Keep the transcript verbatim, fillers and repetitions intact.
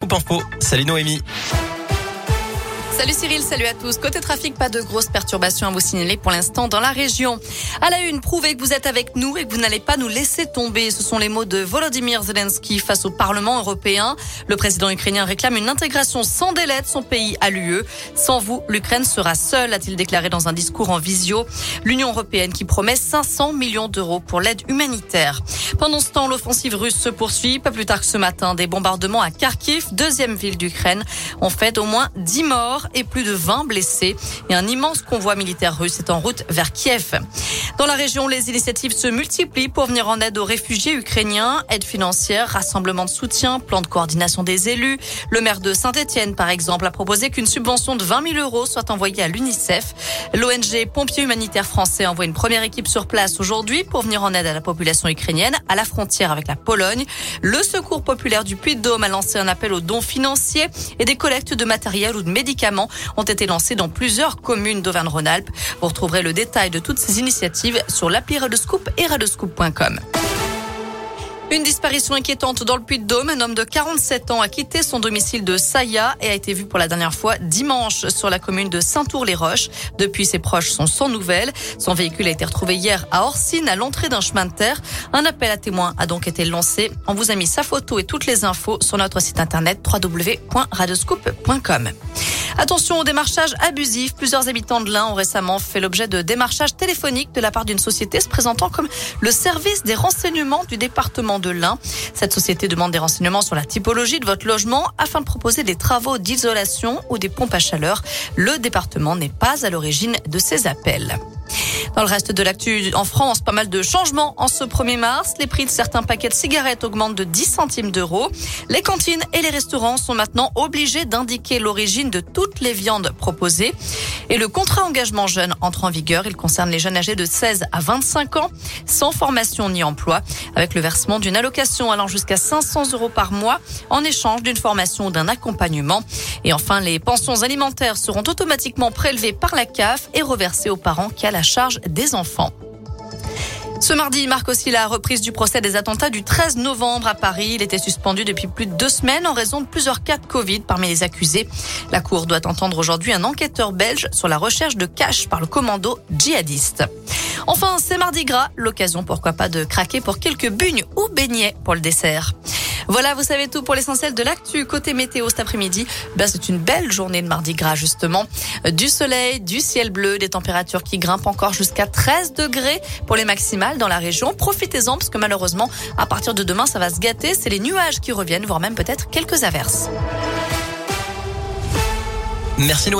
Scoop Info. Salut Noémie. Salut Cyril, salut à tous. Côté trafic, pas de grosses perturbations à vous signaler pour l'instant dans la région. À la une, prouvez que vous êtes avec nous et que vous n'allez pas nous laisser tomber. Ce sont les mots de Volodymyr Zelensky face au Parlement européen. Le président ukrainien réclame une intégration sans délai de son pays à l'U E. Sans vous, l'Ukraine sera seule, a-t-il déclaré dans un discours en visio. L'Union européenne qui promet cinq cents millions d'euros pour l'aide humanitaire. Pendant ce temps, l'offensive russe se poursuit. Pas plus tard que ce matin, des bombardements à Kharkiv, deuxième ville d'Ukraine, ont fait au moins dix morts et plus de vingt blessés. Et un immense convoi militaire russe est en route vers Kiev. Dans la région, les initiatives se multiplient pour venir en aide aux réfugiés ukrainiens. Aide financière, rassemblement de soutien, plan de coordination des élus. Le maire de Saint-Étienne, par exemple, a proposé qu'une subvention de vingt mille euros soit envoyée à l'UNICEF. L'O N G Pompiers Humanitaires Français envoie une première équipe sur place aujourd'hui pour venir en aide à la population ukrainienne à la frontière avec la Pologne. Le Secours populaire du Puy-de-Dôme a lancé un appel aux dons financiers et des collectes de matériel ou de médicaments ont été lancés dans plusieurs communes d'Auvergne-Rhône-Alpes. Vous retrouverez le détail de toutes ces initiatives sur l'appli Radioscoop et radioscoop point com. Une disparition inquiétante dans le Puy-de-Dôme. Un homme de quarante-sept ans a quitté son domicile de Saillat et a été vu pour la dernière fois dimanche sur la commune de Saint-Ours-les-Roches. Depuis, ses proches sont sans nouvelles. Son véhicule a été retrouvé hier à Orsine, à l'entrée d'un chemin de terre. Un appel à témoins a donc été lancé. On vous a mis sa photo et toutes les infos sur notre site internet w w w point radioscoop point com. Attention au démarchage abusif. Plusieurs habitants de l'Ain ont récemment fait l'objet de démarchage téléphonique de la part d'une société se présentant comme le service des renseignements du département de l'Ain. Cette société demande des renseignements sur la typologie de votre logement afin de proposer des travaux d'isolation ou des pompes à chaleur. Le département n'est pas à l'origine de ces appels. Dans le reste de l'actu en France, pas mal de changements en ce premier mars. Les prix de certains paquets de cigarettes augmentent de dix centimes d'euros. Les cantines et les restaurants sont maintenant obligés d'indiquer l'origine de toutes les viandes proposées. Et le contrat engagement jeune entre en vigueur. Il concerne les jeunes âgés de seize à vingt-cinq ans, sans formation ni emploi, avec le versement d'une allocation allant jusqu'à cinq cents euros par mois en échange d'une formation ou d'un accompagnement. Et enfin, les pensions alimentaires seront automatiquement prélevées par la C A F et reversées aux parents qui a la charge des enfants. Ce mardi marque aussi la reprise du procès des attentats du treize novembre à Paris. Il était suspendu depuis plus de deux semaines en raison de plusieurs cas de Covid parmi les accusés. La Cour doit entendre aujourd'hui un enquêteur belge sur la recherche de cash par le commando djihadiste. Enfin, c'est Mardi Gras, l'occasion pourquoi pas de craquer pour quelques bugnes ou beignets pour le dessert. Voilà, vous savez tout pour l'essentiel de l'actu. Côté météo cet après-midi, ben c'est une belle journée de Mardi Gras justement. Du soleil, du ciel bleu, des températures qui grimpent encore jusqu'à treize degrés pour les maximales dans la région. Profitez-en parce que malheureusement, à partir de demain, ça va se gâter. C'est les nuages qui reviennent, voire même peut-être quelques averses. Merci Noémie.